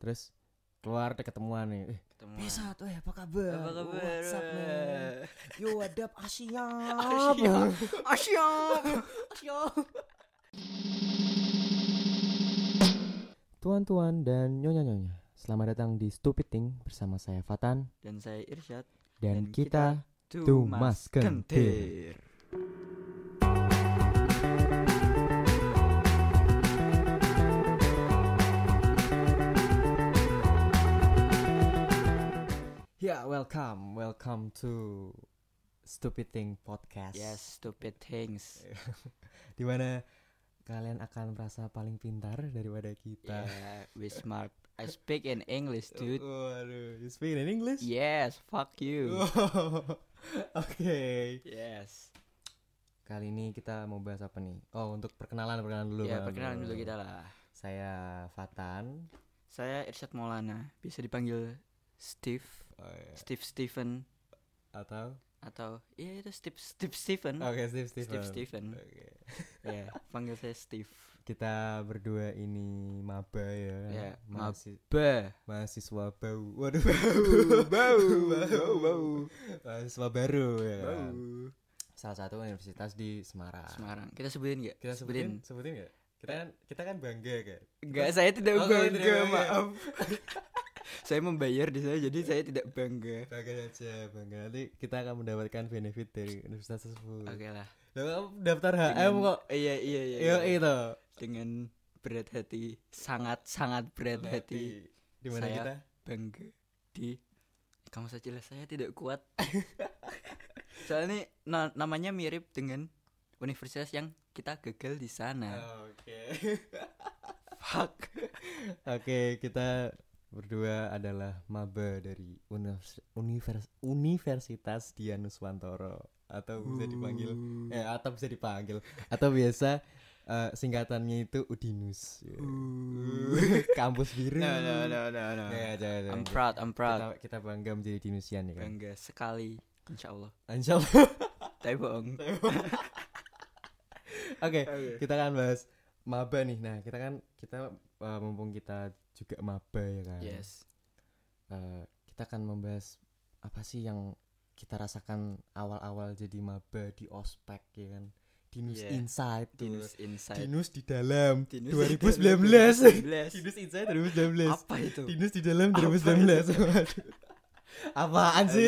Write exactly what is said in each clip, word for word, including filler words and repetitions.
Terus keluar deh ketemuan nih. Eh, Ketemuan. Bisa tuh, eh, apa kabar? Apa kabar? What's up, man? Yo, wadap asyap. Asyap. Asyap. Asyap. Tuan-tuan dan nyonya-nyonya, selamat datang di Stupid Thing bersama saya Fatan Dan saya Irsyad. dan, Dan kita, kita Tumas Tumas Kentir. Kentir. Ya, welcome, welcome to Stupid Thing Podcast. Yes, stupid things. Di mana kalian akan merasa paling pintar daripada kita. Yeah, we smart. I speak in English, dude. Waduh, you speak in English? Yes, fuck you. Oke. Yes. Kali ini kita mau bahas apa nih? Oh, untuk perkenalan perkenalan dulu. Ya, Bang. perkenalan dulu kita lah. Saya Fatan. Saya Irsyad Maulana. Bisa dipanggil Steve, Oh, iya. Steve Steven, Atau? atau iya itu Steve Steve Steven. Oke, Steve Steve. Steve Steven. Oke. Ya, panggil saya Steve. Kita berdua ini maba ya. Ya, Mahasi- Ba. mahasiswa bau. Waduh, Bau, bau, bau, bau. Mahasiswa baru ya. kan? Bau. Salah satu universitas di Semarang. Semarang. Kita sebutin enggak? Kita sebutin, sebutin enggak? Kita kan kita kan bangga kan. Enggak, saya tidak Oh, bangga, tidak bangga. maaf. Saya membayar di sana jadi saya tidak bangga. Bangga aja, bangga. Nanti kita akan mendapatkan benefit dari universitas tersebut. Oke lah. Lah, kamu daftar H M Dengan- kok. Iya iya iya. Yo iya. itu. Dengan berat hati, sangat sangat berat hati. Di mana Saya- kita? Bangga di kamu saja lah, saya tidak kuat. Soalnya na- namanya mirip dengan universitas yang kita gagal di sana. Oke. Fuck. Oke, kita berdua adalah maba dari univers- univers- Universitas Dianuswantoro atau bisa dipanggil eh atau bisa dipanggil atau biasa eh, singkatannya itu Udinus. Ya. Kampus biru. No no no no no. Ya, jangan, jangan. I'm proud, I'm proud. Kita, kita bangga menjadi Dinusian ya kan. Bangga sekali, insya Allah. Insyaallah. Tapi bohong. Oke, Oke. kita kan bahas maba nih. Nah, kita kan kita uh, mumpung kita juga maba ya kan. Yes. Uh, kita akan membahas apa sih yang kita rasakan awal-awal jadi maba di ospek ya kan. Dinus Yeah. Inside tuh. Dinus Inside. Dinus di dalam Dinus dua di ribu dalam sembilan belas. dua ribu sembilan belas. Dinus Inside dua ribu sembilan belas. Apa itu? Dinus di dalam Apa dua ribu sembilan belas. Waduh. Apaan sih?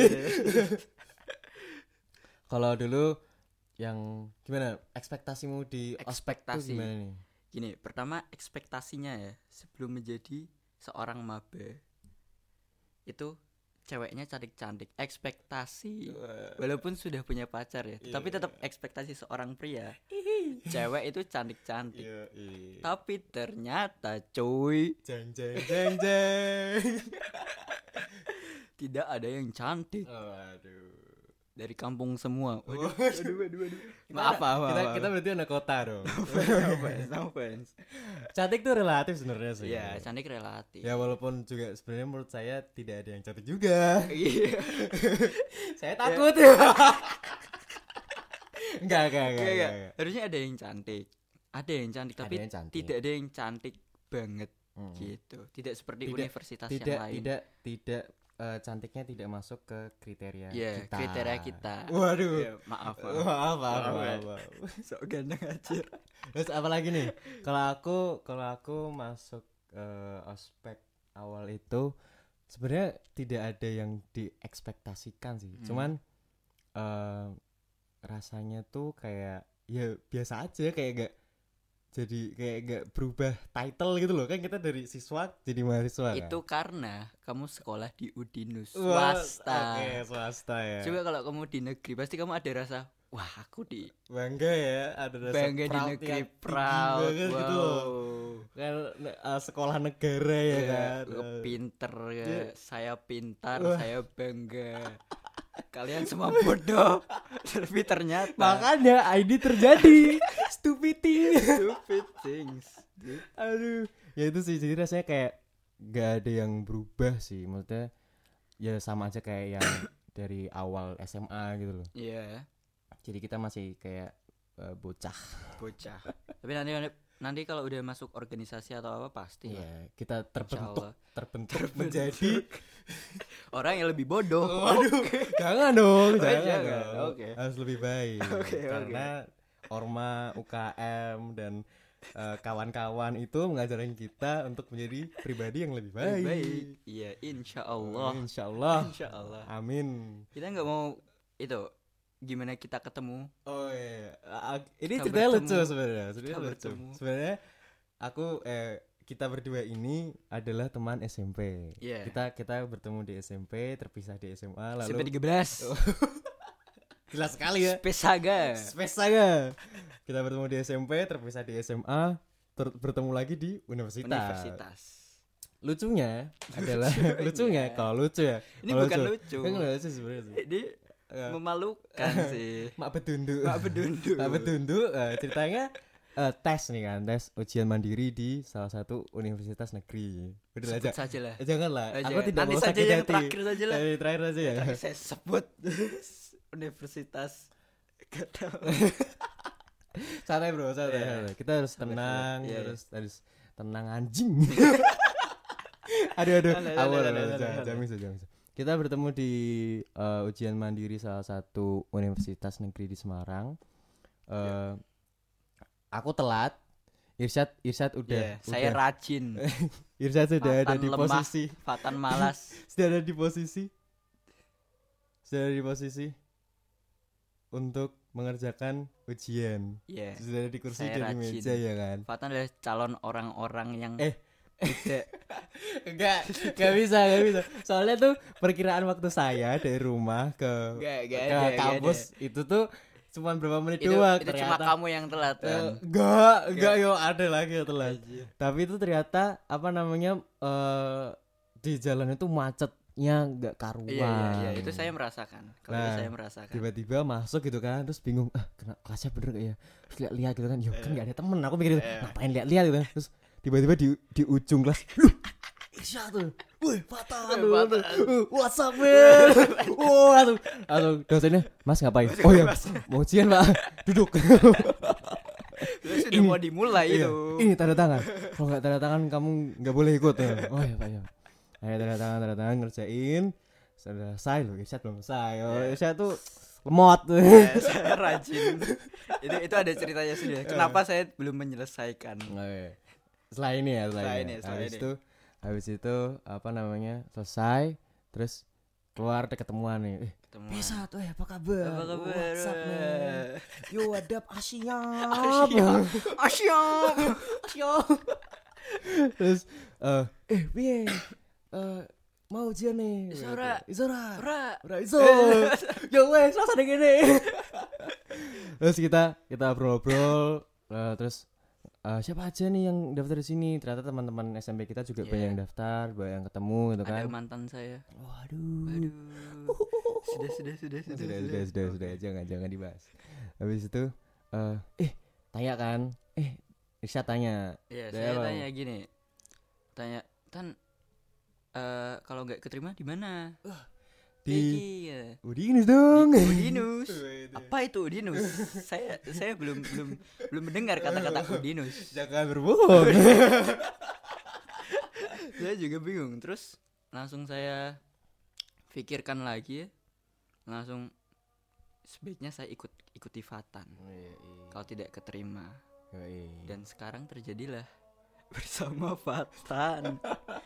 Kalau dulu yang gimana ekspektasimu di ospek tuh Ekspektasi. gimana nih? Gini, pertama ekspektasinya ya, sebelum menjadi seorang maba itu ceweknya cantik-cantik. Ekspektasi, walaupun sudah punya pacar ya, tapi Iya. tetap ekspektasi seorang pria. Cewek itu cantik-cantik. Iya, iya. Tapi ternyata cuy, Jeng jeng jeng jeng. tidak ada yang cantik Oh, aduh. dari kampung semua. Waduh, Waduh, waduh, waduh. Kita, Maaf, maaf, kita, maaf. kita berarti anak kota dong. No offense, no offense. Cantik tuh relatif sebenarnya sih. Iya, cantik relatif. Ya walaupun juga sebenarnya menurut saya tidak ada yang cantik juga. Iya. Saya takut ya. Enggak, enggak, enggak, Enggak, enggak. enggak. Harusnya ada yang cantik. Ada yang cantik, tapi Ada yang cantik. tidak ada yang cantik banget Hmm. gitu. Tidak seperti Tidak- universitas Tidak, yang lain. tidak, tidak eh, cantiknya tidak masuk ke kriteria Iya, kita. kriteria kita. Waduh. Iya, maaf, maaf. Maaf, maaf, Maaf, maaf, ya. maaf. Sok ganteng aja. Terus apa lagi nih? Kalau aku kalau aku masuk eh, ospek awal itu sebenarnya tidak ada yang diekspektasikan sih. Hmm. Cuman eh, rasanya tuh kayak ya biasa aja, kayak gak jadi kayak gak berubah title gitu loh. Kan kita dari siswa jadi mahasiswa kan? Itu karena kamu sekolah di Udinus Wah, swasta. Oke, swasta ya. Coba kalau kamu di negeri pasti kamu ada rasa, wah aku di Bangga ya, ada rasa bangga di proud negeri, yang tinggi proud, banget wow. gitu loh. Kan eh, sekolah negara ya Iya, kan. gue pinter ya, Iya. saya pintar, Wah. saya bangga. Kalian semua bodoh, tapi ternyata Makanya I D terjadi. Stupid thing. stupid things. Aduh. Ya itu sih, jadi rasanya kayak gak ada yang berubah sih. Maksudnya ya sama aja kayak yang dari awal S M A gitu loh. Iya, Jadi kita masih kayak eh, bocah. bocah. Tapi nanti nanti kalau udah masuk organisasi atau apa pasti lah. Iya, kita terbentuk Allah. terbentuk menjadi Orang yang lebih bodoh. waduh, jangan dong, Oh, jangan. jangan. dong. Oke. Harus lebih baik. Oke, oke. Karena Orma, U K M dan eh, kawan-kawan itu mengajarkan kita untuk menjadi pribadi yang lebih baik. Lebih baik. Iya, insya Allah. Insya Allah. Insya Allah. Amin. Kita nggak mau itu gimana kita ketemu. Oh iya, A- ini Kita ceritanya bertemu. lucu sebenarnya. Sebenarnya Kita lucu. bertemu. Sebenarnya aku eh kita berdua ini adalah teman S M P. Iya. Kita kita bertemu di S M P, terpisah di S M A, lalu Sampai tiga belas. jelas sekali ya. Space Saga. Space Saga. Kita bertemu di S M P, terpisah di S M A, ter- bertemu lagi di universitas. Universitas. Lucunya adalah lucunya kalau lucu ya. Ini kalau bukan lucu. Kan nggak lucu sebenarnya. sih. Ini Eh, memalukan sih. Mak bedunduk. Mak bedunduk. Mak bedunduk. eh, ceritanya eh, tes nih kan, tes ujian mandiri di salah satu universitas negeri. Udah Sebut aja. saja lah. Eh, jangan lah. Oh, Aku jangan. tidak Nanti mau saja sakit yang hati. terakhir saja lah. Eh, terakhir aja ya. Tadi saya sebut universitas. Gak tahu. Santai bro, santai. Iya. santai. Kita harus tenang, Iya, iya. harus harus tenang anjing. aduh aduh. Alah, alah, Awal alah, aduh, alah, jangan alah. jangan bisa, jangan bisa. Kita bertemu di eh, ujian mandiri salah satu universitas negeri di Semarang. Eh, Aku telat. Irsyad Irsyad udah, Iya, saya udah rajin. Irsyad sudah ada Fatan di lemah. posisi, Fatan malas. sudah ada di posisi, sudah ada di posisi untuk mengerjakan ujian. Iya. Sudah ada di kursi Saya dan di rajin. meja ya kan. Fatan adalah calon orang-orang yang Eh. tidak Enggak, enggak bisa, enggak bisa. Soalnya tuh perkiraan waktu saya dari rumah ke Nggak, nggak ke ada, nggak kampus itu tuh cuma berapa menit itu, doang. itu cuma kamu yang telat Eh, kan. enggak, enggak yo ada lagi yang telat. Anjir. Tapi itu ternyata apa namanya eh di jalan itu macetnya enggak karuan. Iya, iya, iya, itu saya merasakan. Kalau itu Nah, saya merasakan. Tiba-tiba masuk gitu kan, terus bingung, ah kena kelasnya bener gak ya? Terus lihat-lihat gitu kan, yo kan gak ada temen. Aku mikir gitu, Iya. ngapain lihat-lihat gitu kan. Terus tiba-tiba di di ujung kelas, loh, Isya tuh, woi Fatan, Woi, Fatan. uh, what's up man? Wah, langsung, langsung dosennya, mas ngapain? Oh ya, mau ujian pak, duduk. Itu sudah Ini- mau dimulai Iya, itu. ini tanda tangan. Kalau nggak tanda tangan kamu nggak boleh ikut. Ya. Oh ya pak ya. Ayo tanda tangan, tanda tangan ngerjain. Selesai loh, Irsyad belum selesai. Oh, Irsyad tuh lemot. Ya, saya rajin. itu itu ada ceritanya sudah. Kenapa saya belum menyelesaikan? Oke. Setelah ini ya, setelah, Setelah ini. ini, setelah habis ini. itu, habis itu apa namanya selesai, terus keluar deh ketemuan nih. Eh, Ketemu. bisa tuh ya, apa kabar? Apa kabar? What's up man? Yo, adab Asyap. Asyap. Asyap. Asyap. Terus eh eh piye? Eh mau ujian nih. Isora. Isora. Ora. Ora iso. Yo wes, rasane gini. Terus kita kita ngobrol-ngobrol eh, terus eh, siapa aja nih yang daftar di sini? Ternyata teman-teman S M P kita juga Iya. banyak yang daftar, banyak yang ketemu gitu kan. Ada mantan saya. Waduh. Aduh. Sudah, sudah, sudah, sudah, Sudah, sudah, sudah, sudah, jangan jangan dibahas. Habis itu eh eh tanya kan? Eh Irsyad tanya. Iya, Dia saya apa? tanya gini. Tanya, "Tan eh kalau nggak keterima di mana?" Di Iya. Udinus dong. Di Udinus. Apa itu Udinus? saya saya belum belum belum mendengar kata-kata Udinus. Jangan berbohong. Saya juga bingung. Terus langsung saya pikirkan lagi ya. Langsung sebaiknya saya ikut ikuti Fatan kalau tidak keterima. Dan sekarang terjadilah bersama Fatan.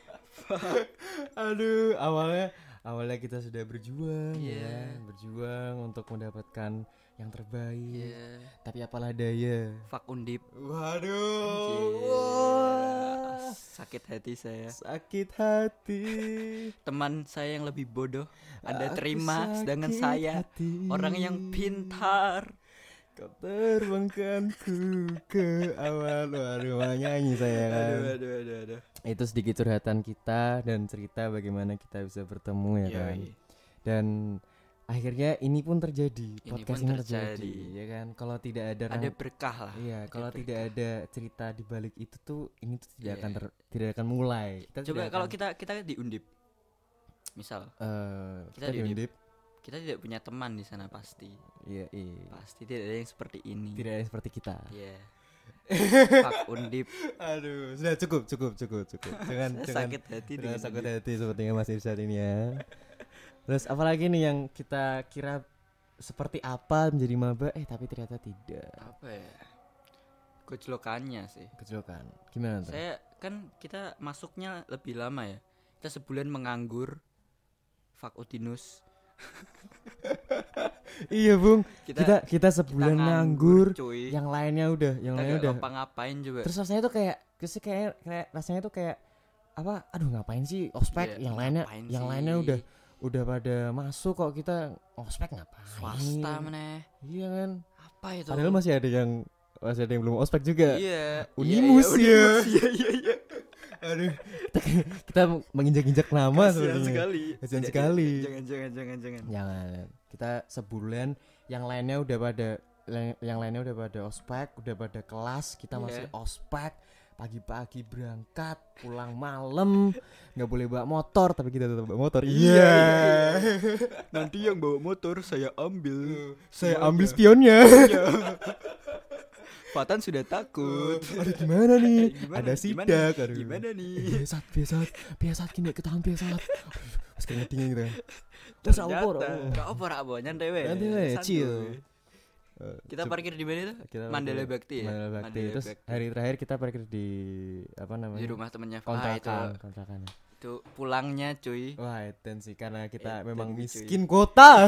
Aduh, awalnya awalnya kita sudah berjuang Iya. ya, berjuang untuk mendapatkan yang terbaik. Iya. Tapi apalah daya. Fak Undip. Waduh. Anjir. Wah, Sakit hati saya. sakit hati. Teman saya yang lebih bodoh Anda Aku terima, sedangkan sakit saya hati. orang yang pintar. Kau terbangkanku ke awal. Waduh, malah nyanyi saya kan. Aduh, aduh, aduh, aduh. Itu sedikit curhatan kita dan cerita bagaimana kita bisa bertemu ya kan. Yoi. Dan akhirnya ini pun terjadi. Ini Podcast pun ini terjadi. terjadi, ya kan. Kalau tidak ada Ada rang- berkah lah. iya, kalau berkah. tidak ada cerita di balik itu tuh ini tuh tidak Iya. akan ter- tidak akan mulai. Kita Coba tidak kalau akan- kita kita di Undip. Misal eh, kita kita di di Undip. Undip. kita tidak punya teman di sana pasti. Iya, iya. Pasti tidak ada yang seperti ini. Tidak ada yang seperti kita. Iya. Pak Undip. Aduh, sudah cukup, cukup, cukup, cukup. Jangan, Saya jangan. sakit hati Sudah dengan sakit ini. hati sepertinya Mas Irsyad ini ya. Terus apalagi nih yang kita kira seperti apa menjadi maba, eh tapi ternyata tidak. Apa ya? Gojlokannya sih. Kecelakaan. Gimana tuh? Saya kan kita masuknya lebih lama ya. Kita sebulan menganggur. Fakutinus. Iya, Bung. Kita Kita kita sebulan nganggur, cuy. yang lainnya udah, yang Kita lainnya gak udah. ngapa-ngapain coba. Terus rasanya tuh kayak terus kayak kayak rasanya tuh kayak apa? Aduh, ngapain sih ospek? Iya, yang lainnya ngapain yang sih? lainnya udah udah pada masuk kok kita ospek ngapain? Swasta meneh. Iya kan. Apa itu? Padahal masih ada yang masih ada yang belum ospek juga. Iya. Unimus iya, ya. Unimus, Iya iya iya. Aduh, kita, kita menginjak-injak nama Kasihan sepertinya. sekali. Kasihan Tidak, sekali. tidak, Jangan jangan jangan jangan. Jangan. Kita sebulan yang lainnya udah pada yang lainnya udah pada ospek, udah pada kelas, kita Iya. masih ospek. Pagi-pagi berangkat, pulang malam, nggak boleh bawa motor, tapi kita tetap bawa motor. Iya. iya, Nanti yang bawa motor saya ambil. Saya Semuanya. ambil spionnya. Iya. Fatan sudah takut. Aduh, gimana nih? Gimana, Ada gimana, sidak. Aduh. Gimana nih? Biasat, biasat, biasat gini ketahan biasat. Mas keringet dingin gitu kan. Terus apa? Gak apa apa nyantai we. Nyantai we, santuy. chill. Kita Coba- parkir di mana tuh? kita Mandala parkir- Bakti ya. Mandala Bakti. Mandala Terus Bakti. hari terakhir kita parkir di apa namanya? Di rumah temennya Wah, itu, kontrakan, kontrakan. itu pulangnya cuy. Wah, itu sih karena kita Edan, memang cuy. miskin kota.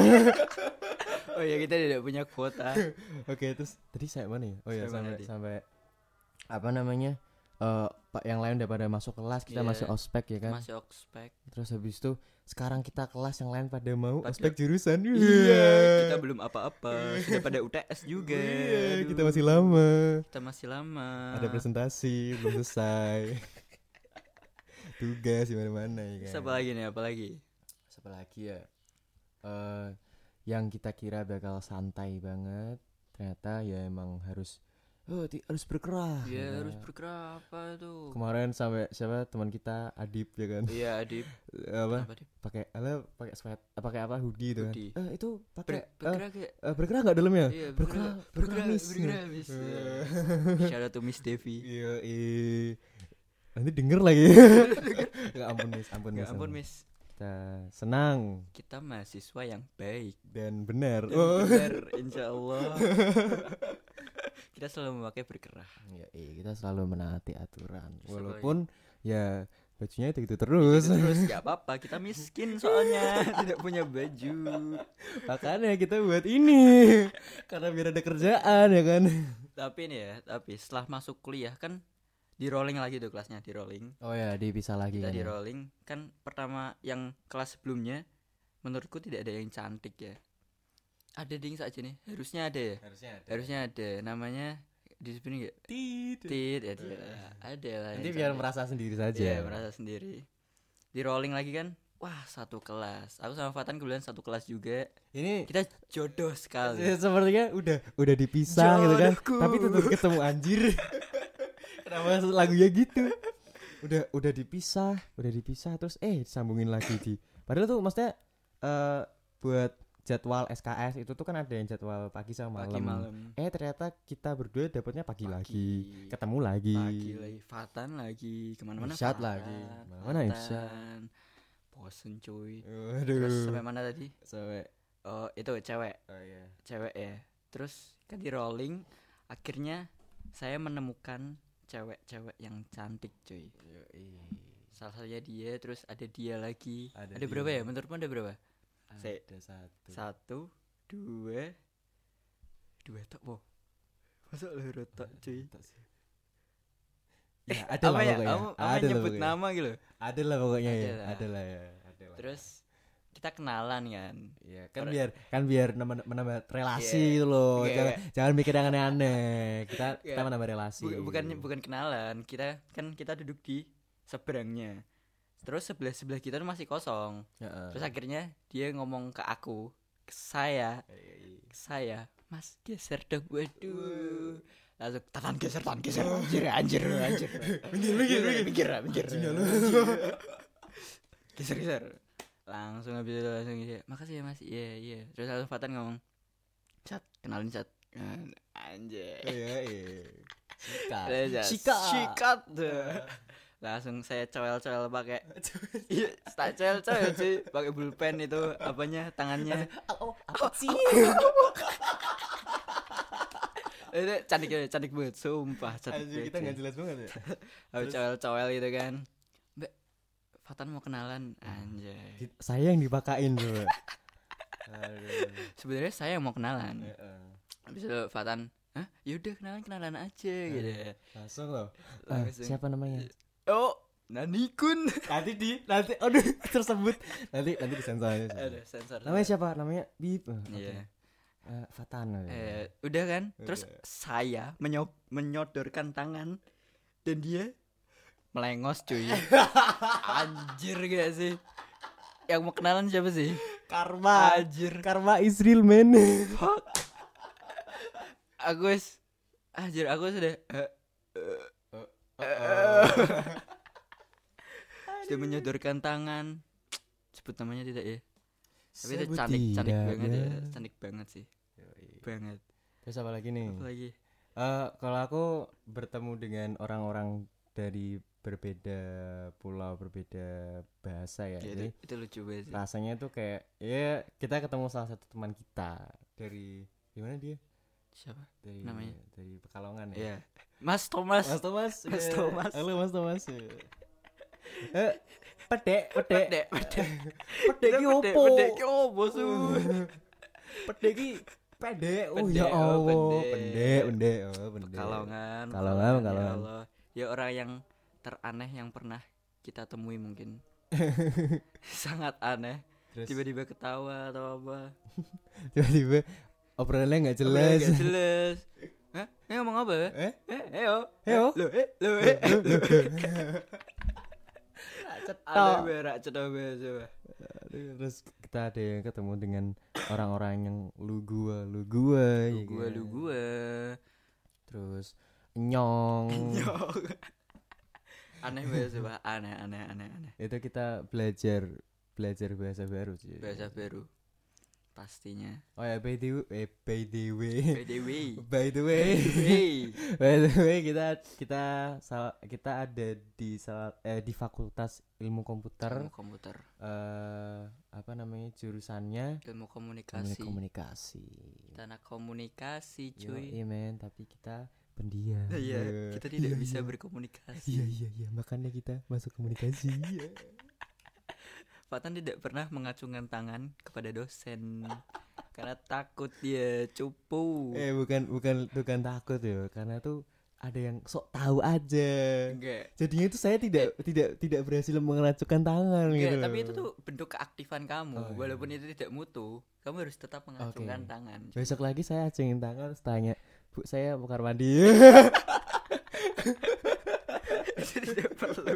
Oh ya kita tidak punya kuota. Oke, terus tadi saya mana ya? Oh ya, Sampai mana sampai tadi? sampai apa namanya? Eh, Pak yang lain udah pada masuk kelas, kita Iya. masih ospek ya kan. Masih ospek. Terus habis itu sekarang kita kelas yang lain pada mau Pada- ospek jurusan. Iya, kita belum apa-apa. Sudah pada U T S juga. Iya, kita Aduh. masih lama. Kita masih lama. Ada presentasi belum selesai. Tugas di mana-mana ya Terus kan. apa lagi nih? Apa lagi? Terus apa lagi ya? Eh yang kita kira bakal santai banget, ternyata ya emang harus oh ti- harus bergerak. Iya, ya harus kan. bergerak apa tuh? Kemarin sampai siapa teman kita Adip ya kan. Iya, Adip. apa Apa, Adip? pakai ala pakai sweat eh, pakai apa hoodie itu kan. Hoodie. Eh itu pakai Ber- eh, bergerak ya? eh, bergerak enggak dalamnya? Iya, bergerak bergerak Miss. bergerak, Miss. Eh. Shout out to Miss Devi. Iya, iya. Nanti denger lagi. Ya ampun Miss, ampun Ya Miss. ampun, Miss. Kita senang Kita mahasiswa yang baik. dan benar. Dan Oh. benar, insya Allah. Kita selalu memakai berkerah. Ya, iya, kita selalu menaati aturan. Terus apa Walaupun ya bajunya itu itu terus. Itu terus gak apa-apa. Kita miskin soalnya tidak punya baju. Makanya kita buat ini karena biar ada kerjaan ya kan. Tapi nih ya, tapi setelah masuk kuliah kan di rolling lagi tuh kelasnya, di rolling. Oh ya, dipisah lagi Kita kan. di ya. rolling kan pertama yang kelas sebelumnya menurutku tidak ada yang cantik ya. Ada ding saja nih, harusnya ada ya. Harusnya ada. Harusnya ada, namanya di sini enggak? Tit. Tit, ada, ada lah. Nanti yang biar cantik. merasa sendiri saja. Iya, merasa sendiri. Di rolling lagi kan, wah satu kelas. Aku sama Fatan kebetulan satu kelas juga. Ini Kita jodoh sekali. se- sepertinya udah udah dipisah gitu kan. Jodohku. Tapi tetap ketemu anjir. Kenapa lagunya gitu? Udah udah dipisah, udah dipisah terus eh disambungin lagi di. Padahal tuh maksudnya eh buat jadwal S K S itu tuh kan ada yang jadwal pagi sama Pagi malam. malam. Eh ternyata kita berdua dapatnya pagi, Pagi. lagi, ketemu lagi. Pagi lagi, Fatan lagi, kemana-mana. Irsyad Fatan, lagi. Kemana-mana Irsyad. Fatan. Bosen cuy. Waduh. Terus sampai mana tadi? Sampai Oh itu cewek, oh iya. cewek ya. Terus kan di rolling, akhirnya saya menemukan cewek-cewek yang cantik cuy. Yoi. Salah satunya dia, terus ada dia lagi. Ada Ada, berapa dia. ya? Menurutmu ada berapa? Saya- Ada satu. Satu, dua, dua tok, wow. Masa lu rotok cuy? Tak sih. Ya, ada Apa lah ya? pokoknya. Kamu, kamu Ada lah nyebut pokoknya. nama gitu. Ada lah pokoknya ya. Ada lah. Ada lah ya. Ada lah. Terus kita kenalan kan. ya kan Ter- biar kan biar menambah, menambah relasi Iya. gitu loh. Iya, Jangan, iya. jangan mikir yang aneh-aneh. Kita kita Iya. menambah relasi. Bu- bukan bukan kenalan, kita kan kita duduk di seberangnya. Terus sebelah sebelah kita tuh masih kosong. Heeh. Terus akhirnya dia ngomong ke aku, ke saya, Iya, ke saya, Mas geser dong, waduh. Langsung tatan geser, tatan geser, anjir, anjir, anjir. Minggir, minggir, minggir. minggir, minggir. Anjing lu. Geser, geser. Langsung habis itu langsung gitu. Makasih ya Mas. Iya, iya. Terus langsung Fatan ngomong, "Sat, kenalin Sat." Anjir. Iya, iya. Sikat. Sikat. Sikat. Sikat. Langsung saya coel-coel pakai iya, tak coel-coel sih pakai pulpen itu apanya tangannya. Oh, apa sih? Itu cantik cantik banget sumpah cantik. Aduh, kita enggak jelas banget ya. Aku coel-coel gitu kan. Mbak Fatan mau kenalan anjay. Saya yang dipakain bro. Aduh. Sebenarnya saya yang mau kenalan. Heeh. Habis itu Fatan, "Hah? Yaudah kenalan kenalan aja." gitu. Langsung loh. Langsung. Ah, siapa namanya? Oh, Nanikun. Nanti di nanti aduh tersebut. Nanti nanti disensor aja. Ada sensor. Namanya siapa? Namanya Bip. Iya. Uh, Fatan. Eh, udah kan? Terus Udah. saya menyo- menyodorkan tangan dan dia melengos cuy. Anjir gak sih? Yang mau kenalan siapa sih? Karma. Anjir. Karma is real man. Fuck. Agus. Anjir, aku sudah uh, sudah menyodorkan tangan. Sebut namanya tidak ya? Tapi itu cantik, cantik banget ya. Cantik banget sih. Banget. Terus apa lagi nih? Apa lagi? Uh, kalau aku bertemu dengan orang-orang dari berbeda pulau, berbeda bahasa ya. Ya, Jadi itu, itu lucu banget sih. rasanya tuh kayak ya kita ketemu salah satu teman kita dari gimana dia? Siapa? Dari Namanya? dari Pekalongan ya. Iya. Mas Thomas. Mas Thomas. Mas ya. Thomas. Halo Mas Thomas. Eh, pedek, pedek. Pedek, pedek. Pedek ki opo? Pedek ki opo su? Pedek ki pedek. Oh Pendek, ya oh, Allah, pendek. pendek, pendek, oh pendek. Pekalongan. Pekalongan, Ya Pekalongan. Allah. Ya orang yang teraneh yang pernah kita temui mungkin. Sangat aneh. Terus Tiba-tiba ketawa atau apa? tiba-tiba obrolannya nggak jelas. Gak jelas. Hah? Eh ngomong apa? Eh? Eh, heyo. Heyo. Lo, eh, lo, eh. Cetok. Ada berak cetok coba. Aduh, terus kita ada yang ketemu dengan orang-orang yang lu gua, lu gua, Lu ya gua, kan? lu gua. Terus nyong. Nyok. Aneh banget sih, Pak. Aneh, aneh, aneh, aneh. Itu kita belajar belajar bahasa baru sih. Bahasa baru. Pastinya. Oh ya by the way, eh, by the way. By the way. By the way. Hey. By the way kita kita sal- kita ada di sal- eh, di Fakultas Ilmu Komputer. Ilmu komputer. Eh apa namanya jurusannya? Ilmu komunikasi. Komunikasi. Kita anak komunikasi, cuy. Iya men, tapi kita pendiam. Iya, kita tidak bisa berkomunikasi. Iya iya iya, makanya kita masuk komunikasi. Iya. Fatan tidak pernah mengacungkan tangan kepada dosen karena takut dia cupu. Eh bukan bukan bukan takut ya, karena tuh ada yang sok tahu aja. Enggak. Jadinya itu saya tidak tidak tidak berhasil mengacungkan tangan Enggak, gitu. tapi itu tuh bentuk keaktifan kamu. Oh, iya. Walaupun itu tidak mutu, kamu harus tetap mengacungkan Oke. tangan. Besok lagi saya acungin tangan terus tanya, "Bu, saya mau kamar mandi." Itu tidak perlu.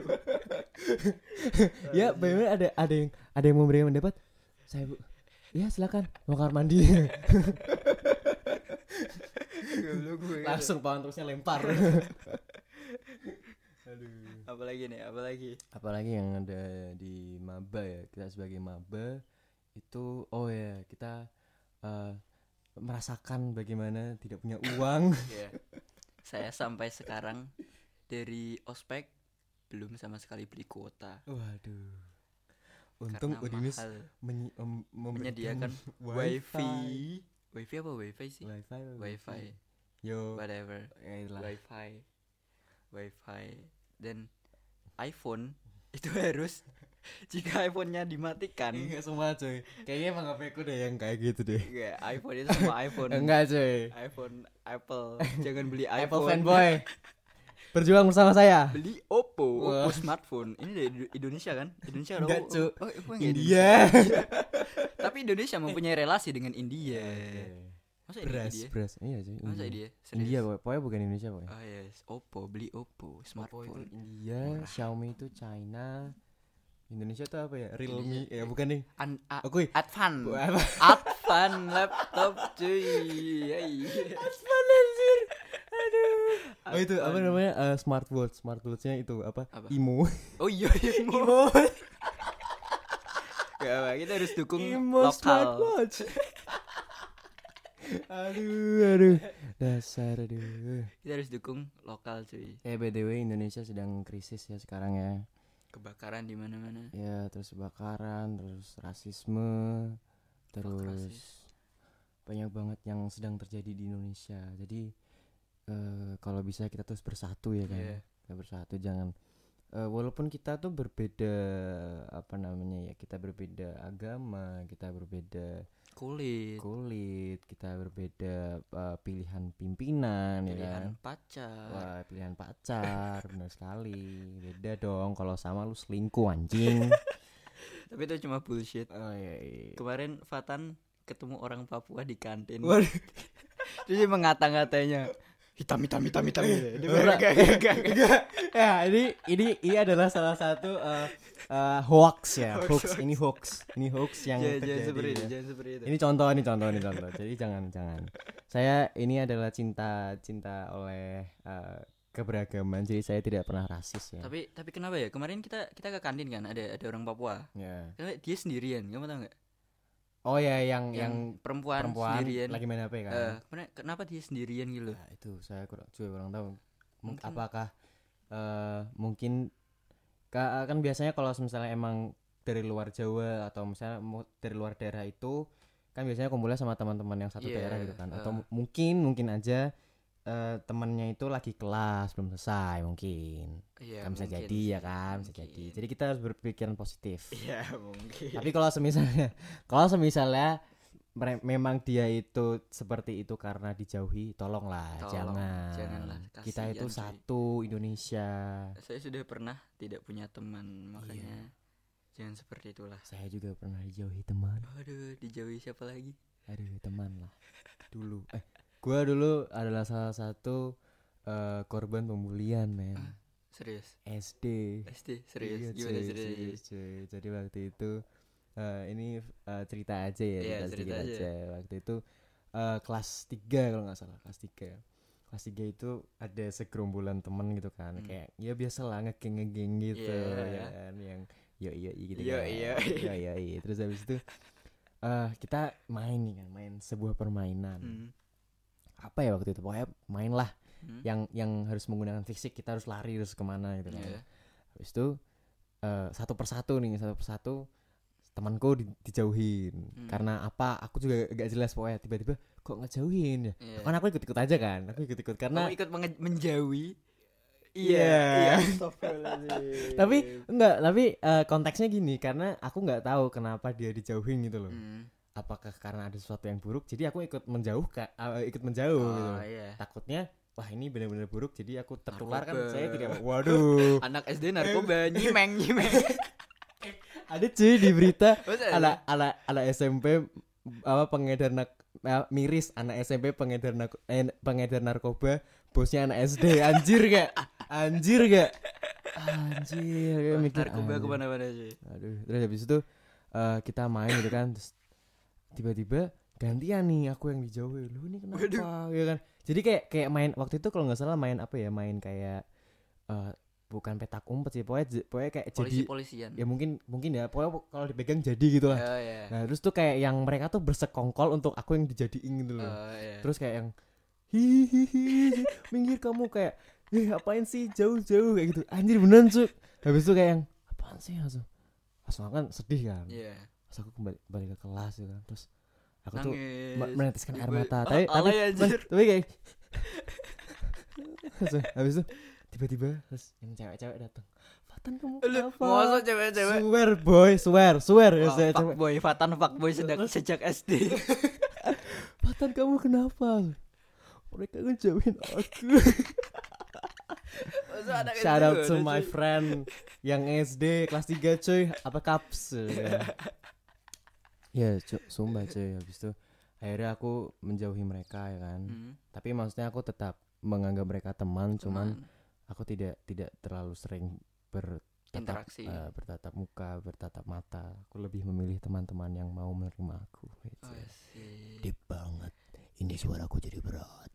Ya, bagaimana ada ada yang ada yang memberikan pendapat? Saya, Bu. Ya, silakan. Mau kamar mandi. Langsung pantusnya lempar. Aduh. Apalagi nih, apalagi? Apalagi yang ada di maba ya. Kita sebagai maba itu oh ya, kita uh, merasakan bagaimana tidak punya uang. Iya. Saya sampai sekarang dari ospek belum sama sekali beli kuota. Waduh. Untung Karena Udinus mahal. menyi- mem- memberikan Menyediakan wifi. Wifi apa wifi sih? Wifi. Wifi. Yo. Whatever. Ya itulah. Wifi. Wifi. Dan iPhone itu harus jika iPhone-nya dimatikan. Enggak semua coy. Kayaknya emang H P ku deh yang kayak gitu deh. Enggak, iPhone itu sama iPhone. Enggak coy. iPhone Apple. Jangan beli Apple iPhone. fanboy. Berjuang bersama saya. Beli Oppo, Wah. Oppo smartphone. Ini dari Indo- Indonesia kan? Indonesia Enggak, oh, Cuk. oh, oh, enggak India. Tapi Indonesia mempunyai relasi dengan India. Masa ini Beras, India? beras. Iya sih. Masa India? Serius? India pokoknya, pokoknya bukan Indonesia pokoknya. Oh yes, Oppo, beli Oppo Oppo itu smartphone. India, Murah. Xiaomi itu China. Indonesia tuh apa ya? Realme. Indonesia. Ya bukan nih. An a- Oke. Advan. Bu- apa? Advan laptop cuy. Hey. Advan anjir. Aduh. Oh itu apa Advan. namanya? Uh, smartwatch. Smartwatchnya itu apa? Apa? Imo. Oh iya Imo. Imo. Gak apa, kita harus dukung Imo lokal. smartwatch. Aduh, aduh. Dasar aduh. Kita harus dukung lokal cuy. Eh B T W Indonesia sedang krisis ya sekarang ya. Kebakaran di mana-mana. Ya, terus kebakaran, terus rasisme, terus rasis. banyak banget yang sedang terjadi di Indonesia. Jadi eh, kalau bisa kita terus bersatu ya kan. Yeah. Kita bersatu, jangan eh, walaupun kita tuh berbeda apa namanya ya, kita berbeda agama, kita berbeda Kulit, kulit, kita berbeda uh, pilihan pimpinan, ya pilihan kan? pacar. Wah, pilihan pacar, benar sekali. Beda dong kalau sama lu selingkuh anjing. Tapi itu cuma bullshit. Oh iya, iya. Kemarin Fatan ketemu orang Papua di kantin. Waduh. Terus dia mengata-ngatanya hitam hitam hitam hitam gitu. Dia Ora. enggak enggak enggak. Ya, ini ini ini adalah salah satu uh, uh, hoax ya, Hoax, hoax, hoax. ini hoax, ini hoax yang Jangan, jangan terjadi. seperti itu, Ya. jangan seperti itu. Ini contoh, ini contoh, ini contoh. Jadi jangan, jangan. Saya ini adalah cinta, cinta oleh uh, keberagaman. Jadi saya tidak pernah rasis ya. Tapi tapi kenapa ya? Kemarin kita kita ke kantin kan, ada ada orang Papua. Ya. Karena dia sendirian, kamu tahu enggak? Oh ya, yang Yang, yang perempuan, perempuan sendirian. lagi main H P kan. Eh, kemana- kenapa dia sendirian gitu? Nah, itu saya kurang, juga kurang tahu. Mung- Mungkin- Apakah eh, mungkin ka- kan biasanya kalau misalnya emang dari luar Jawa atau misalnya mu- dari luar daerah itu kan biasanya kumpulnya sama teman-teman yang satu Iya, daerah gitu kan. Atau eh. mu- mungkin mungkin aja eh, temannya itu lagi kelas belum selesai mungkin. Iya, Kan bisa mungkin jadi sih, ya kan, bisa mungkin. jadi. Jadi kita harus berpikiran positif. Iya, mungkin. Tapi kalau semisalnya kalau semisalnya mere- memang dia itu seperti itu karena dijauhi, tolonglah, Tolong, jangan. janganlah, Kita kasihan, itu cuy. satu Indonesia. Saya sudah pernah tidak punya teman, makanya jangan seperti itulah. Saya juga pernah dijauhi teman. Aduh, dijauhi siapa lagi? Aduh, teman lah. Dulu eh gua dulu adalah salah satu eh, korban pembulian, men. Ah, serius? S D. S D serius? Iya, Gimana cuy, serius? serius, cuy. Jadi waktu itu eh, ini eh, cerita aja ya, Iya, cerita cerita sedikit aja. aja. Waktu itu eh, kelas tiga kalau nggak salah, kelas tiga. Kelas tiga itu ada segerombolan temen gitu kan. Hmm. Kayak ya biasalah ngegeng-ngegeng gitu, Iya. ya kan, yang yo iya gitu Yo, kan. iya. Yo iya iya. Terus habis itu eh kita main nih kan, main sebuah permainan. Hmm. Apa ya waktu itu? Pokoknya main lah Hmm. yang yang harus menggunakan fisik, kita harus lari terus kemana gitu kan. Iya. Habis itu eh, satu persatu nih, satu persatu temanku di, dijauhin. Hmm. Karena apa? Aku juga gak jelas pokoknya tiba-tiba kok ngejauhin ya. Iya. Kan aku ikut-ikut aja kan. Aku ikut-ikut karena Kamu ikut menge- menjauhi. Iya. Iya. tapi enggak, tapi eh, konteksnya gini, karena aku nggak tahu kenapa dia dijauhin gitu loh. Hmm. Apakah karena ada sesuatu yang buruk? Jadi aku ikut menjauh ka, eh, ikut menjauh gitu. Oh iya. Takutnya wah ini benar-benar buruk, jadi aku tertular kan. Narkoba. Saya tidak, waduh. Anak S D narkoba nyimeng nyimeng. Ada cuy di berita Masa ada? anak anak anak S M P apa pengedar nak, eh, miris anak S M P pengedar nak, eh, pengedar narkoba, bosnya anak S D. Anjir gak? Anjir gak? Anjir, kayak Wah, mikir narkoba anjir. kemana-mana sih. Aduh, terus habis itu eh, kita main gitu kan, terus tiba-tiba gantian nih aku yang dijauhi. Lu ini kenapa? Waduh. Ya kan. Jadi kayak kayak main waktu itu kalau nggak salah main apa ya? Main kayak eh, bukan petak umpet sih, pokoknya j- pokoknya kayak jadi Polisi-polisian. ya mungkin mungkin ya pokoknya kalau dipegang jadi gitu lah. Oh iya. Nah, terus tuh kayak yang mereka tuh bersekongkol untuk aku yang dijadiin gitu loh. Oh iya. Terus kayak yang hihihi minggir kamu, kayak eh apain sih jauh-jauh kayak gitu. Anjir beneran cuy. Habis itu kayak yang apaan sih langsung. Langsung kan sedih kan. Iya. Terus aku kembali balik ke kelas gitu kan. Terus aku tuh Nangis. ma- menetiskan air Ibu- mata. Ah, Tapi tapi alay, anjir. tapi kayak Terus habis itu tiba-tiba terus yang cewek-cewek datang. Fatan kamu Lu kenapa? masa cewek-cewek. Swear boy, swear, swear ya Wah, cewek. fuckboy, Fatan fuckboy sejak sejak S D. Fatan kamu kenapa? Mereka ngejauhin aku. Masa anak Shout S D out to ada, my cuy. friend yang S D kelas tiga cuy, apa kaps ya. Ya, cu- sumpah cuy, habis itu akhirnya aku menjauhi mereka ya kan. Hmm, Tapi maksudnya aku tetap menganggap mereka teman, cuman teman. aku tidak tidak terlalu sering bertatap Interaksi. eh, bertatap muka, bertatap mata. Aku lebih memilih teman-teman yang mau menerima aku. Gitu. Oh, sih. Deep banget. Ini suaraku jadi berat.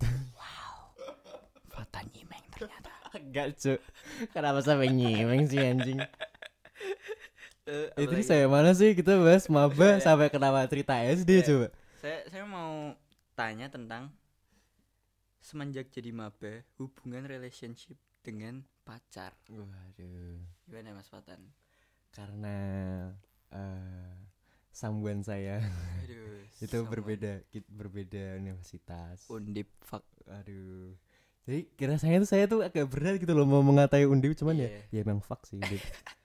Fatan nyimeng ternyata. Enggak, Cuk. Kenapa sampai nyimeng sih anjing? Eh, Itu apalagi? saya mana sih kita bahas maba Iya. sampai kenapa cerita S D Iya. coba. Saya saya mau tanya tentang semenjak jadi maba hubungan relationship dengan pacar. Waduh. Gimana Mas Fatan? Karena uh, sambuan saya Aduh, itu sama. berbeda kit- berbeda universitas. Undip fuck. Aduh. Jadi kira saya tuh saya tuh agak berat gitu loh mau mengatai Undip cuman Iya. ya ya emang fuck sih Undip.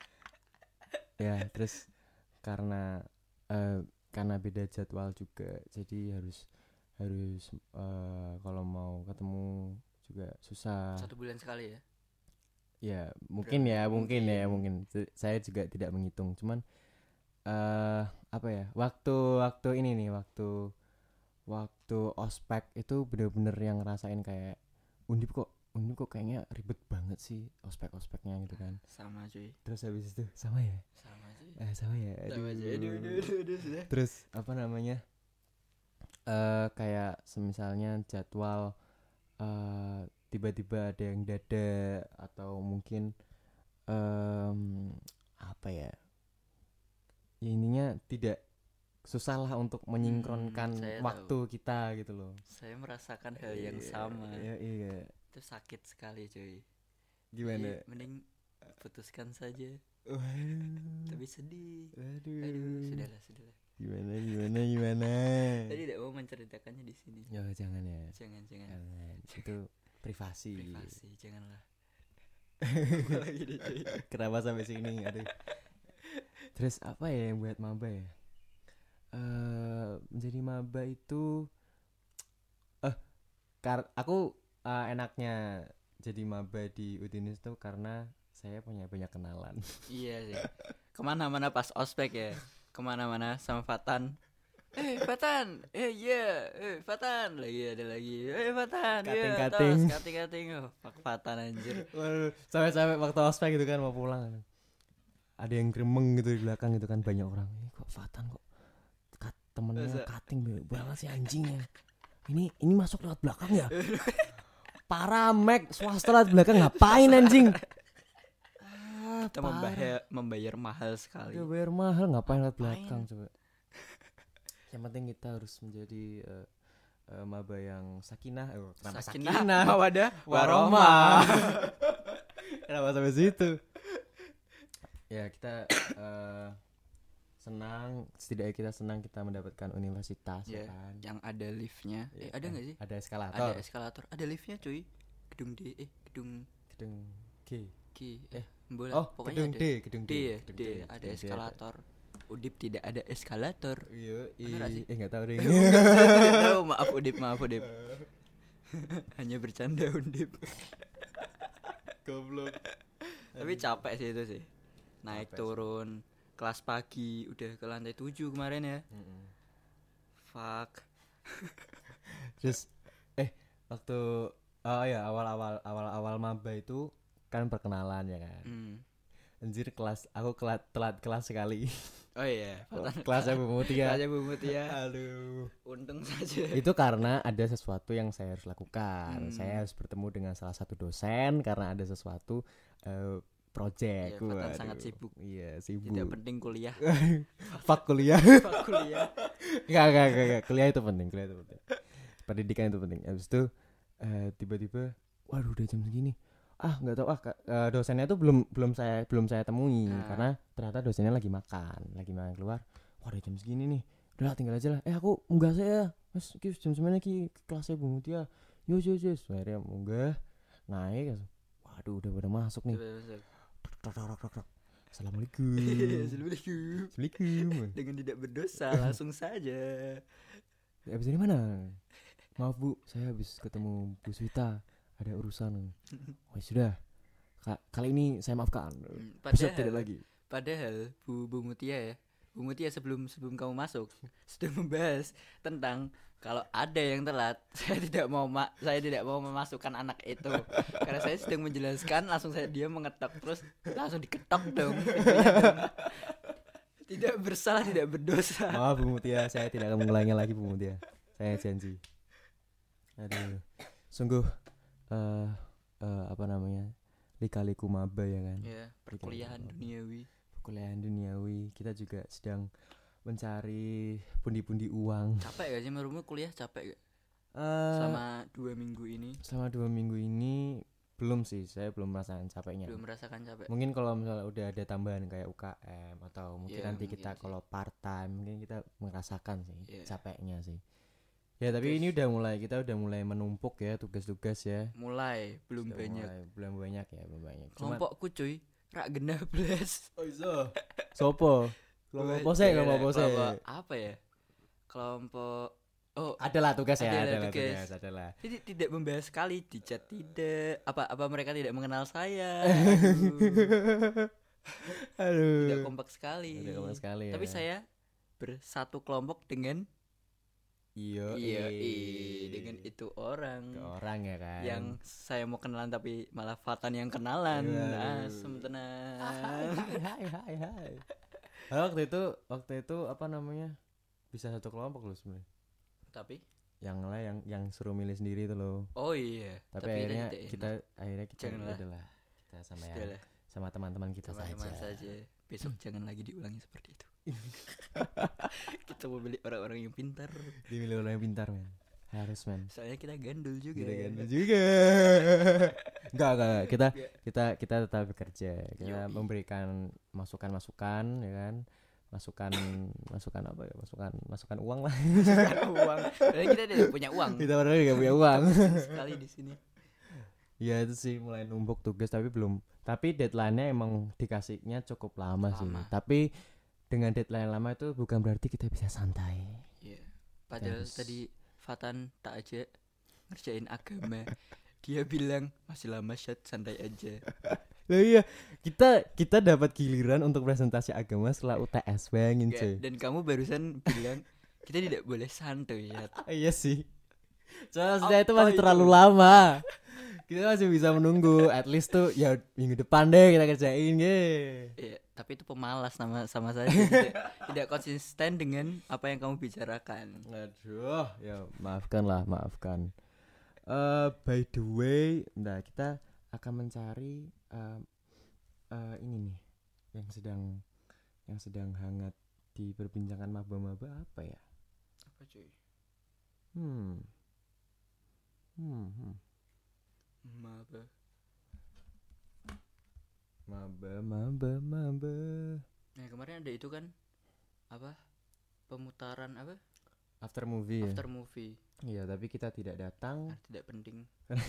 Ya terus karena uh, karena beda jadwal juga jadi harus harus uh, kalau mau ketemu juga susah. Satu bulan sekali ya. Ya mungkin Berapa? ya mungkin, Mungkin. ya mungkin S- saya juga tidak menghitung cuman uh, apa ya waktu waktu ini nih waktu waktu ospek itu bener-bener yang ngerasain kayak Undip kok Undip kok kayaknya ribet banget sih ospek-ospeknya gitu kan. Sama cuy. Terus habis itu sama ya Sama cuy. eh sama ya Sama aduh. cuy. Aduh, aduh, aduh, aduh, sudah. Terus apa namanya eh kayak semisalnya jadwal eh tiba-tiba ada yang dada atau mungkin em, apa ya ya ininya tidak susah lah untuk menyingkronkan Hmm, saya waktu kita gitu loh. Saya merasakan hal yang Iya, sama. iya, iya. Itu sakit sekali cuy. Gimana? Jadi, mending putuskan saja. Waduh. Tapi sedih. Waduh. Aduh, sudahlah, sudahlah. Gimana gimana gimana? Saya tidak mau menceritakannya di sini. Ya jangan ya. Jangan, jangan. Jangan. Itu privasi. Privasi, janganlah. Apalagi deh, cuy. Kenapa sampai sini? Aduh. Terus apa ya yang buat maba ya? Eh menjadi maba itu eh kar- aku uh, enaknya jadi maba di Udinis tuh karena saya punya banyak kenalan. Iya sih. Kemana-mana pas ospek ya. Kemana-mana sama Fatan. Eh Fatan, eh iya, eh Fatan lagi ada lagi, eh Fatan, iya, Kating-kating. tos, kating-kating, oh, Pak Fatan anjir. Waduh, sampai-sampai waktu ospek gitu kan mau pulang. Ada yang gremeng gitu di belakang gitu kan banyak orang. Ini kok Fatan kok kat, temennya Masa? cutting banget sih anjingnya. Ini ini masuk lewat belakang ya? Para Mac swasta lewat belakang ngapain anjing? Ah, Kita membayar, membayar mahal sekali. Udah bayar mahal ngapain lewat Ngapain? belakang coba. Yang penting kita harus menjadi uh, uh, maba yang sakinah. Oh, kenapa Sakinah, sakinah? mawadah, Warahmah. warahmah. Kenapa sampai situ? Ya kita uh, senang, setidaknya kita senang kita mendapatkan universitas ya Ya, kan. yang ada liftnya. Ya, Eh ada nggak sih? Ada eskalator. Ada eskalator. Ada liftnya cuy. Gedung D, eh gedung Gedung G. G, Eh, eh bola. Oh, Pokoknya gedung ada. D, gedung D. D ya, gedung D, D, ada gedung D eskalator. Udip tidak ada eskalator. Iya, Bener gak sih? eh enggak tahu deh. Tidak tahu, maaf Udip, maaf Udip. Hanya bercanda Udip. Goblok. Tapi capek sih itu sih. Naik Capek sih. turun kelas pagi udah ke lantai tujuh kemarin ya. Mm-mm. Fuck. Terus eh waktu oh ya awal-awal awal-awal maba itu kan perkenalan ya kan. Hmm. Anjir kelas aku kelat, telat kelas sekali. Oh iya, Kelasnya Bu Mutia. Kelasnya Bu Mutia. Aduh. Untung saja. Itu karena ada sesuatu yang saya harus lakukan. Hmm. Saya harus bertemu dengan salah satu dosen karena ada sesuatu uh, project. Iya, Fatan Waduh. sangat sibuk. Iya, sibuk. Tidak penting kuliah. Fuck kuliah. Fuck kuliah. Enggak, enggak, enggak, enggak. Kuliah itu penting, kuliah itu penting. Pendidikan itu penting. Habis itu uh, tiba-tiba waduh udah jam segini. Ah nggak tahu ah ka- uh, dosennya tuh belum belum saya belum saya temui Ah. karena ternyata dosennya lagi makan lagi makan keluar. Wah udah jam segini nih, udah tinggal aja lah. Eh aku munggah saya mas ki jam sembilan lagi kelasnya Bu Mutia. Yus yus yus akhirnya munggah naik. Waduh udah pada masuk nih. Coba masuk. Tok, tok, tok, tok, tok. Assalamualaikum. Assalamualaikum. Assalamualaikum. Dengan tidak berdosa langsung saja. Habis dari mana? Maaf Bu, saya habis ketemu Bu Swita, ada urusan. Oh sudah, Ka- kali ini saya maafkan. Hmm, Besok Padahal, tidak lagi. padahal Bu Bu Mutia ya, Bu Mutia sebelum sebelum kamu masuk sudah membahas tentang kalau ada yang telat, saya tidak mau ma- saya tidak mau memasukkan anak itu karena saya sedang menjelaskan, langsung saya dia mengetok terus langsung diketok dong. pintunya dong. Tidak bersalah, tidak berdosa. Maaf Bu Mutia, saya tidak akan mengulanginya lagi Bu Mutia. Saya janji. Aduh, sungguh uh, uh, apa namanya lika-liku maba ya kan. Ya, perkuliahan duniawi. Perkuliahan duniawi. Kita juga sedang mencari pundi-pundi uang. Capek gak sih menurutmu kuliah capek gak? Uh, selama dua minggu ini? Selama dua minggu ini belum sih, saya belum merasakan capeknya. Belum merasakan capek. Mungkin kalau misalnya udah ada tambahan kayak U K M atau mungkin Ya, nanti mungkin kita sih. kalau part time mungkin kita merasakan sih Ya. capeknya sih. Ya tapi Tugas. ini udah mulai kita udah mulai menumpuk ya tugas-tugas ya. Mulai belum Sudah banyak. Mulai, belum banyak ya, belum banyak. Cuma Kelompokku cuy, rak genah belas. oh iso. Sopo? Kelompok Gue- pose, gue- kelompok pose. kelompok apa ya? Kelompok oh Adalah tugas ya, Adalah adalah tugas. tugas, adalah. Jadi tidak membahas sekali di chat tidak apa apa mereka tidak mengenal saya. Aduh. Aduh. Tidak kompak sekali. Tidak kompak sekali ya. Tapi saya bersatu kelompok dengan Iyo, iya eh. iya, dengan itu orang Itu orang ya kan. yang saya mau kenalan tapi malah Fatan yang kenalan. Aduh. Asem tenang. hai hai hai hai. Ah, waktu itu waktu itu apa namanya? Bisa satu kelompok loh sebenarnya. Tapi Yang lah yang yang suruh milih sendiri itu loh. oh iya. Tapi, akhirnya tidak kita enak. akhirnya kita Janganlah. adalah kita sama ya, Sudahlah, sama teman-teman kita teman-teman saja. saja. Besok jangan lagi diulangi seperti itu. Kita memilih orang-orang yang pintar. Dimilih orang yang pintar men. Harus men. Soalnya kita gandul juga. Kita ganda juga. Enggak enggak kita kita kita tetap bekerja. Kita Yoi. memberikan masukan-masukan ya kan. Masukan masukan apa ya? Masukan masukan uang lah. uang. Padahal kita tidak punya uang. Kita padahal enggak punya uang. Sekali di sini. Ya itu sih mulai numpuk tugas tapi belum. Tapi deadline-nya emang dikasihnya cukup lama, sih. Lama. Tapi dengan deadline lama itu bukan berarti kita bisa santai. Iya. Padahal Harus. tadi Fatan tak aja ngerjain agama. Dia bilang masih lama Syed, santai aja. Lah iya, kita kita dapat giliran untuk presentasi agama setelah U T S, bayangin Nggak, cuy. dan kamu barusan bilang kita tidak boleh santuy ya. Iya sih. Soalnya saya itu Apa masih itu? terlalu lama. Kita masih bisa menunggu. At least tuh ya minggu depan deh kita kerjain ye. Iya, tapi itu pemalas sama sama saya tidak, tidak konsisten dengan apa yang kamu bicarakan. Aduh, ya maafkan lah, maafkan. Eh by the way, nah kita akan mencari eh eh, ini nih yang sedang yang sedang hangat diperbincangkan maba-maba apa ya? Apa cuy? Hmm. Hmm. hmm. Maba. Maba, maba, maba. Nah, kemarin ada itu kan apa? Pemutaran apa? After movie ya. After movie. Iya, tapi kita tidak datang. Ah, tidak penting.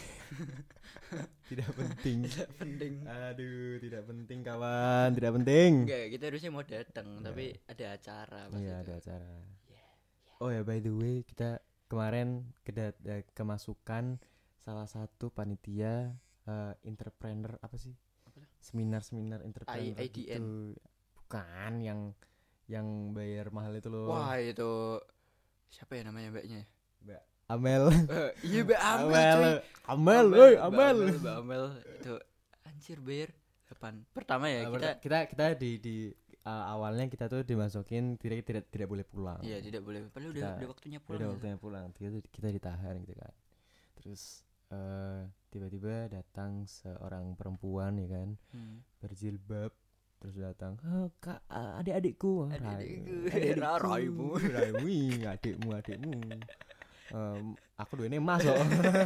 Tidak penting. Tidak penting. Aduh, tidak penting kawan, tidak penting. Enggak, kita harusnya mau datang, tapi ada acara pas Iya, itu. ada acara. Yeah, Oh ya, by the way, kita kemarin kedat eh, kemasukan salah satu panitia eh, entrepreneur apa sih? Apa tuh? Seminar-seminar entrepreneur I- IDN. gitu. Bukan yang yang bayar mahal itu loh. Wah, itu siapa ya namanya mbaknya? Mbak Amel. Eh, iya Mbak Amel, Amel. cuy. Amel, oi, Mbak Amel. Mbak Amel itu anjir bayar delapan. Pertama ya Eh, kita kita kita di di uh, awalnya kita tuh dimasukin tidak tidak tidak boleh pulang. iya tidak boleh. Padahal udah Kita- udah waktunya pulang. Udah gitu. waktunya pulang. Kita kita ditahan gitu kan. Terus eh, tiba-tiba datang seorang perempuan ya kan, Hmm. berjilbab, terus datang, "Ah, Kak, ah, adik-adikku." Ah, Adik-adikku. Rai- Ra- raimu. Raimu, ih, adikmu, adikmu. Em, aku duene Mas kok.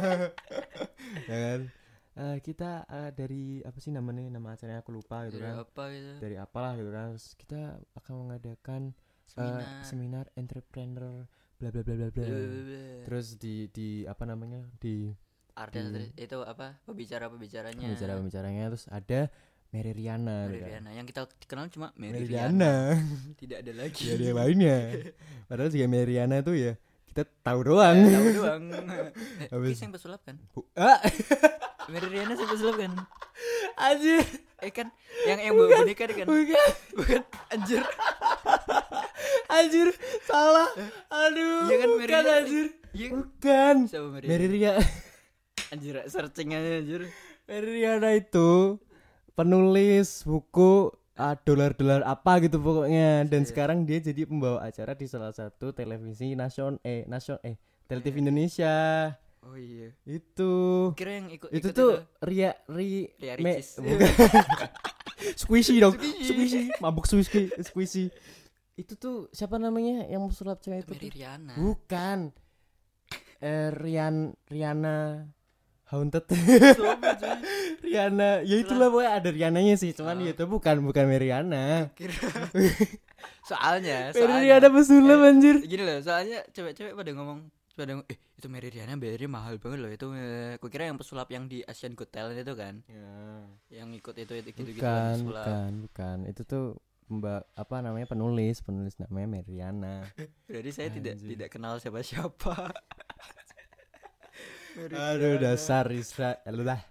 Ya kan? Eh, kita eh, dari apa sih namanya, nama acaranya aku lupa gitu Dari kan. apa gitu? Dari apalah gitu kan. Terus kita akan mengadakan eh, Seminar. seminar entrepreneur bla bla bla bla bla. Blablabla. Terus di di apa namanya? Di Artis di- itu apa? Pembicara-pembicaranya. pembicara-pembicaranya, terus ada Mary Riana, Mary gitu kan. Riana. Yang kita kenal cuma Mary, Mary Riana. Riana. Tidak ada lagi. Tidak ada yang lainnya. Padahal juga Mary Riana tuh ya kita tahu doang. Eh, tahu doang. Eh, Habis- Kis yang pesulap kan? Bu- ah, Mary Riana yang pesulap kan? anjir, Eh kan yang yang bawa boneka kan? bukan, Bukan anjir. anjir, salah. Aduh, Iya kan, Mary bukan Riana. anjir, Iya. bukan. Siapa Mary? Mary Riana, Anjir, searching aja anjir. Mary Riana itu penulis buku ah, dolar-dolar apa gitu pokoknya. Dan Iya. sekarang dia jadi pembawa acara di salah satu televisi nasion eh nasion eh Televisi Indonesia. Oh iya. Itu Kira yang ikut itu ikut tuh Ria Ri Ria Me- Ricis. bukan. Squishy dong, Squishy. squishy, mabuk squishy, squishy. Itu tuh siapa namanya yang sulap cewek itu? Mary tuh? Riana. Bukan. eh, Rian Riana Haunted. Sopo cuy? Riana, ya itulah pokoknya ada Riananya sih, cuman Oh. ya itu bukan bukan Meriana. Kira. soalnya, Riana soalnya pesulap eh, anjir. gini loh, soalnya cewek-cewek pada ngomong pada ngomong, eh itu Mary Riana bayarnya mahal banget loh itu. Eh, kukira yang pesulap yang di Asian Got Talent itu kan, Ya. yang ikut itu itu gitu-gitu Bukan, kan, pesulap. bukan, bukan. Itu tuh Mbak apa namanya penulis, penulis namanya Meriana. Berarti saya tidak Anjir. tidak kenal siapa-siapa. Mary Aduh Riana. dasar Israel lah.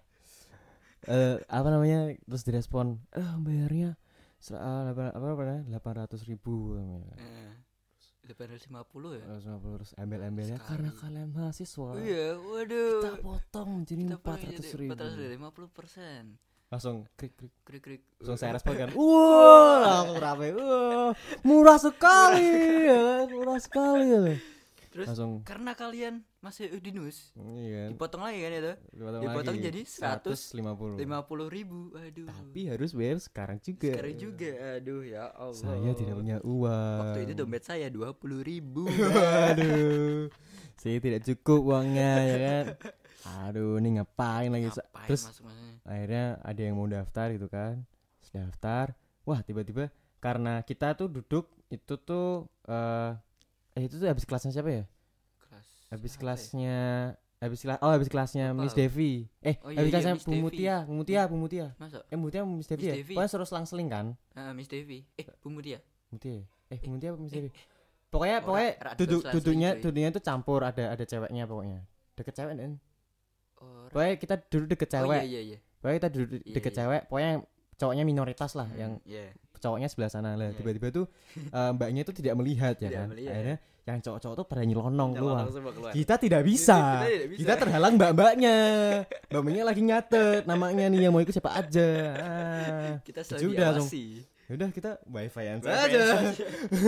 Eh apa namanya terus direspon, eh bayarnya se- eh, delapan- apa apa delapan ratus ribu. Eh, delapan ratus lima puluh ya. Terus lima puluh terus embel-embelnya Sekali. karena kalian mahasiswa. Oh iya, waduh. Kita potong jadi Kita empat ratus ribu. empat ratus lima puluh persen. Langsung krik krik. Krik krik. Langsung saya respon kan. Wah, langsung rame. Wah, murah sekali. Ya kan? Murah sekali. Ya. Terus Langsung karena kalian masih Udinus, iya. dipotong lagi kan itu, Dipotong, dipotong lagi. jadi seratus lima puluh. lima puluh ribu. Aduh. Tapi harus bayar sekarang juga. Sekarang juga, aduh ya Allah. Saya tidak punya uang. Waktu itu dompet saya dua puluh ribu. Aduh. Saya tidak cukup uangnya ya kan. Aduh, ini ngapain lagi? Sa- Ngapain Terus masuk-masuknya? akhirnya ada yang mau daftar gitu kan. Terus daftar. Wah, tiba-tiba karena kita tuh duduk itu tuh eh eh itu tuh habis kelasnya siapa ya? Kelas. Habis apa ya? kelasnya habis kelas oh habis kelasnya Lupa Miss aku. Devi. Eh, Oh, iya, habis iya, kelasnya Miss Bu Devi. Mutia, Bu Mutia, Bu Mutia. Masa? Eh, Bu Mutia Miss Devi Miss ya? Devi. Pokoknya suruh selang-seling kan? Ah, Miss Devi. Eh, Bu Mutia. Mutia. ya? Eh, Bu Mutia apa Miss Devi? Pokoknya Oh, pokoknya Ra- Ra- duduk selang-seling, duduknya cuy. duduknya tuh campur, ada ada ceweknya pokoknya. Deket cewek kan? Oh, Ra- Pokoknya kita duduk deket oh cewek. iya iya iya. Pokoknya kita duduk Iya, deket iya. cewek, pokoknya yang cowoknya minoritas lah, Hmm, yang iya. cowoknya sebelah sana lah. Iya. Tiba-tiba tuh eh, mbaknya tuh tidak melihat ya Tidak kan. melihat. Akhirnya yang cowok-cowok tuh pada nyelonong Nyolong keluar. semua keluar. Kita tidak bisa. Kita tidak bisa. Kita terhalang mbak-mbaknya. Mbak-mbaknya lagi nyatet namanya nih yang mau ikut siapa aja. Ah. Kita selalu Sudah, langsung. diawasi. Yaudah kita wifi-an Wifi-an saja. saja.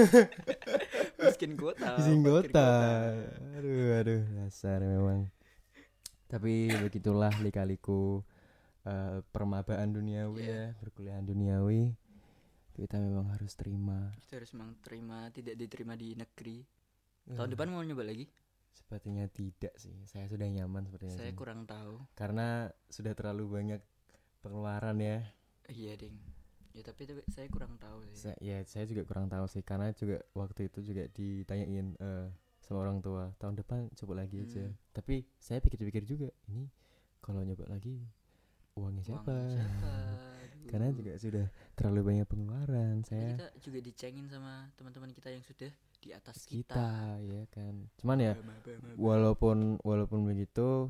Miskin kuota. Izin parkir kota. Aduh, aduh, dasar memang. Tapi begitulah lika-liku eh, permabaan duniawi Iya. ya, perkuliahan duniawi. Kita memang harus terima. Kita harus memang terima, tidak diterima di negeri. Tahun depan mau nyoba lagi? Sepertinya tidak sih. Saya sudah nyaman sepertinya. Saya sih. kurang tahu. Karena sudah terlalu banyak pengeluaran ya. Iya, Ding. Ya tapi, tapi saya kurang tahu sih. Saya, ya saya juga kurang tahu sih karena juga waktu itu juga ditanyain eh, sama orang tua tahun depan coba lagi aja. Hmm. Tapi saya pikir-pikir juga ini kalau nyoba lagi uangnya siapa? Uangnya siapa? Karena Aduh. juga sudah terlalu banyak pengeluaran Nanti saya kita juga dicengin sama teman-teman kita yang sudah di atas kita, kita. ya kan. Cuman ya Maba, maba, maba. walaupun walaupun begitu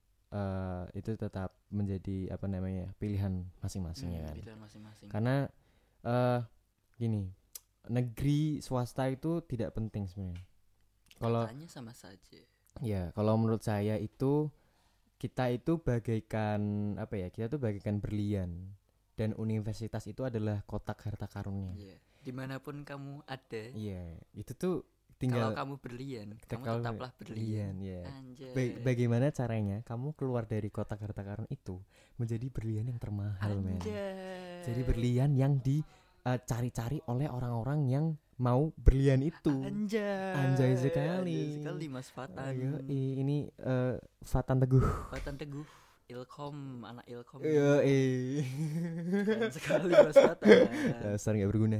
eh, itu tetap menjadi apa namanya pilihan masing-masing ya Hmm, kan. pilihan masing-masing. Karena eh gini, negeri swasta itu tidak penting sebenarnya. Kalau Katanya sama saja. ya, kalau menurut saya itu kita itu bagaikan apa ya? Kita tuh bagaikan berlian dan universitas itu adalah kotak harta karunnya. Iya. Dimanapun kamu ada, Iya, itu tuh kalau tinggal kamu berlian, kamu kalau tetaplah berlian. berlian, ya. Anjay. Ba- bagaimana caranya kamu keluar dari kotak harta karun itu menjadi berlian yang termahal, men. Anjay. Jadi berlian yang dicari-cari oleh orang-orang yang mau berlian itu. Anjay. Anjay sekali. Anjay sekali Mas Fatan. Ayo, i- ini eh, Fatan Teguh. Fatan Teguh, Ilkom, anak Ilkom. Ayo, eh. Keren sekali Mas Fatan. Dasar nggak berguna.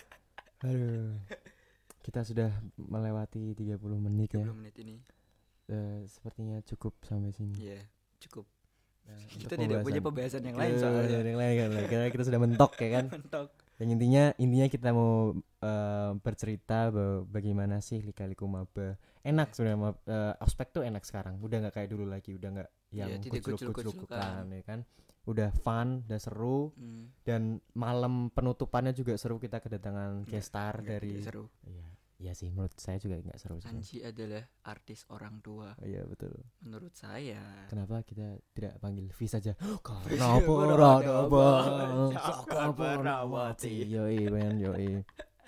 Aduh. Kita sudah melewati tiga puluh menit ya. tiga puluh menit ini. Eh, sepertinya cukup sampai sini. Iya, cukup. Nah, Kita untuk tidak punya pembahasan- pembahasan yang lain Eh, soalnya. yang lain kan. Karena kita sudah mentok ya kan. Mentok. Yang intinya intinya kita mau eh, bercerita bahwa bagaimana sih lika-liku maba. Enak sudah mab- eh, ospek tuh enak sekarang. Udah nggak kayak dulu lagi, udah nggak yang Iya, tidak kucluk-kuclukan kucluk-kuclukan. ya kan. Udah fun, udah seru Hmm. dan malam penutupannya juga seru, kita kedatangan Nggak- guest star nggak- dari tidak seru. Iya. Iya sih menurut saya juga nggak seru sih. Anji adalah artis orang tua Iya betul. menurut saya. Kenapa kita tidak panggil V saja? Karena Karena peradaban sangat sangat merawati. merawati. Yoi men, yoi.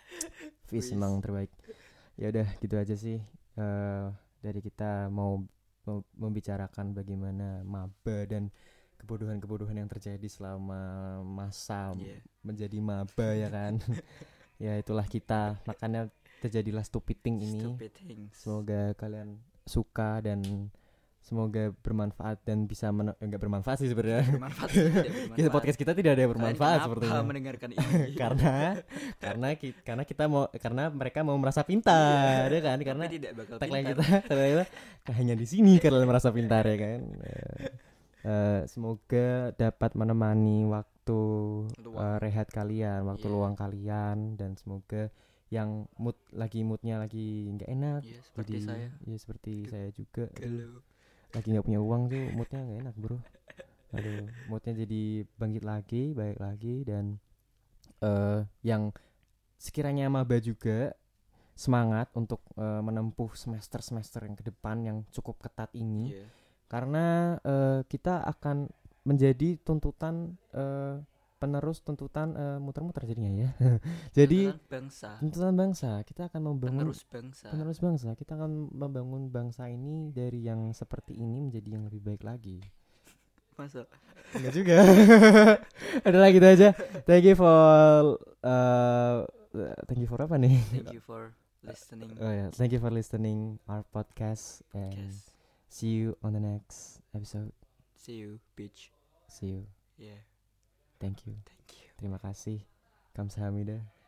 Fis Wis. emang terbaik. Ya udah gitu aja sih. Eh, dari kita mau, mau membicarakan bagaimana maba dan kebodohan-kebodohan yang terjadi selama masa Iya. menjadi maba ya kan. Ya itulah kita. Makanya terjadilah stupid thing ini. Stupid things. Semoga kalian suka dan semoga bermanfaat dan bisa men- enggak bermanfaat sih sebenarnya. Bermanfaat, tidak bermanfaat. Kita podcast kita tidak ada yang Kalian bermanfaat kenapa sepertinya. mendengarkan ini? karena karena ki- karena kita mau karena mereka mau merasa pintar ya kan, karena Tapi tidak bakal tagline pintar. kita adalah hanya di sini kalian merasa pintar ya kan. Eh, eh, semoga dapat menemani waktu Luang. eh, rehat kalian, waktu Iya. luang kalian, dan semoga yang mood lagi moodnya lagi nggak enak, Iya, seperti jadi saya. ya seperti saya juga. Aduh, Galau. lagi nggak punya uang tuh moodnya nggak enak bro. Aduh, moodnya jadi bangkit lagi, baik lagi, dan eh yang sekiranya maba juga semangat untuk eh, menempuh semester-semester yang ke depan yang cukup ketat ini, Iya. karena eh, kita akan menjadi tuntutan eh, penerus tuntutan eh, muter-muter jadinya ya. Jadi Tuntutan bangsa, tuntutan bangsa, kita akan membangun penerus bangsa. penerus bangsa, kita akan membangun bangsa ini dari yang seperti ini menjadi yang lebih baik lagi. Masa Enggak juga. Adalah gitu aja. Thank you for uh, thank you for apa nih? thank you for listening. Oh ya, thank you for listening our podcast, and Podcast. see you on the next episode. See you, bitch. See you. Yeah. Thank you. Thank you. Terima kasih. Kamsahamnida.